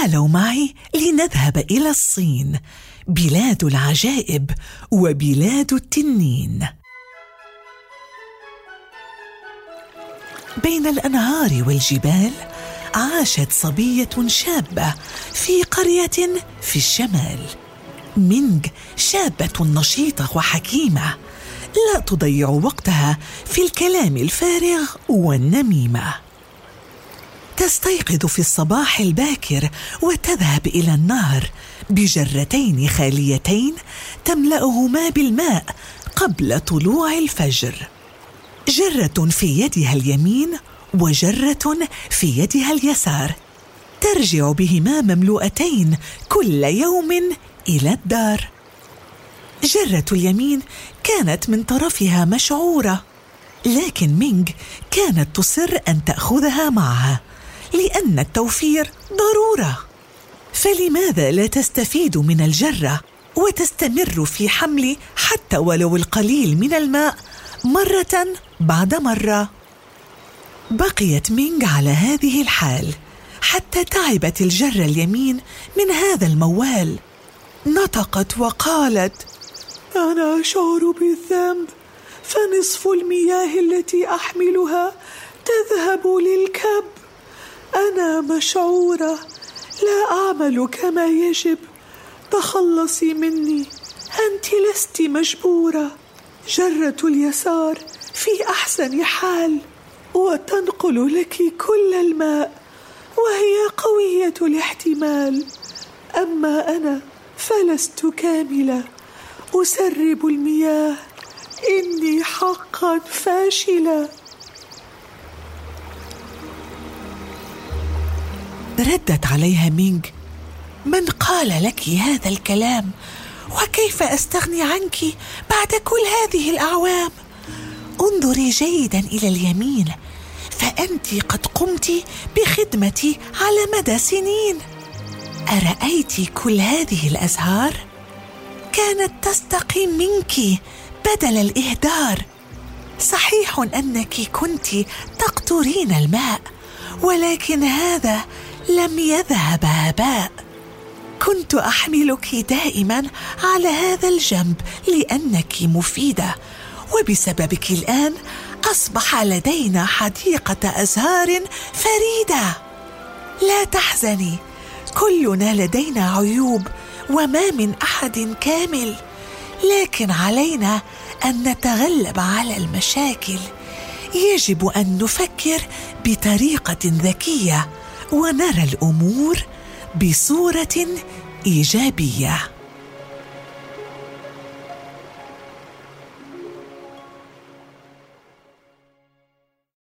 تعالوا معي لنذهب إلى الصين، بلاد العجائب وبلاد التنين. بين الأنهار والجبال عاشت صبية شابة في قرية في الشمال. مينغ شابة نشيطة وحكيمة، لا تضيع وقتها في الكلام الفارغ والنميمة. تستيقظ في الصباح الباكر وتذهب إلى النهر بجرتين خاليتين تملأهما بالماء قبل طلوع الفجر، جرة في يدها اليمين وجرة في يدها اليسار، ترجع بهما مملوءتين كل يوم إلى الدار. جرة اليمين كانت من طرفها مشعورة، لكن مينغ كانت تصر أن تأخذها معها لأن التوفير ضرورة. فلماذا لا تستفيد من الجرة وتستمر في حمل حتى ولو القليل من الماء مرة بعد مرة؟ بقيت مينغ على هذه الحال حتى تعبت الجرة اليمين من هذا الموال. نطقت وقالت: أنا أشعر بالذنب، فنصف المياه التي أحملها تذهب للكب. أنا مشعورة، لا أعمل كما يجب. تخلصي مني، أنت لست مجبورة. جرة اليسار في أحسن حال وتنقل لك كل الماء، وهي قوية الاحتمال. أما أنا فلست كاملة، أسرب المياه، إني حقا فاشلة. ردت عليها مينغ: من قال لك هذا الكلام؟ وكيف أستغني عنك بعد كل هذه الأعوام؟ انظري جيدا إلى اليمين، فأنت قد قمت بخدمتي على مدى سنين. أرأيت كل هذه الأزهار؟ كانت تستقي منك بدل الإهدار. صحيح أنك كنت تقطرين الماء، ولكن هذا لم يذهب هباء. كنت أحملك دائما على هذا الجنب لأنك مفيدة، وبسببك الآن أصبح لدينا حديقة أزهار فريدة. لا تحزني، كلنا لدينا عيوب وما من أحد كامل، لكن علينا أن نتغلب على المشاكل. يجب أن نفكر بطريقة ذكية ونرى الأمور بصورة إيجابية.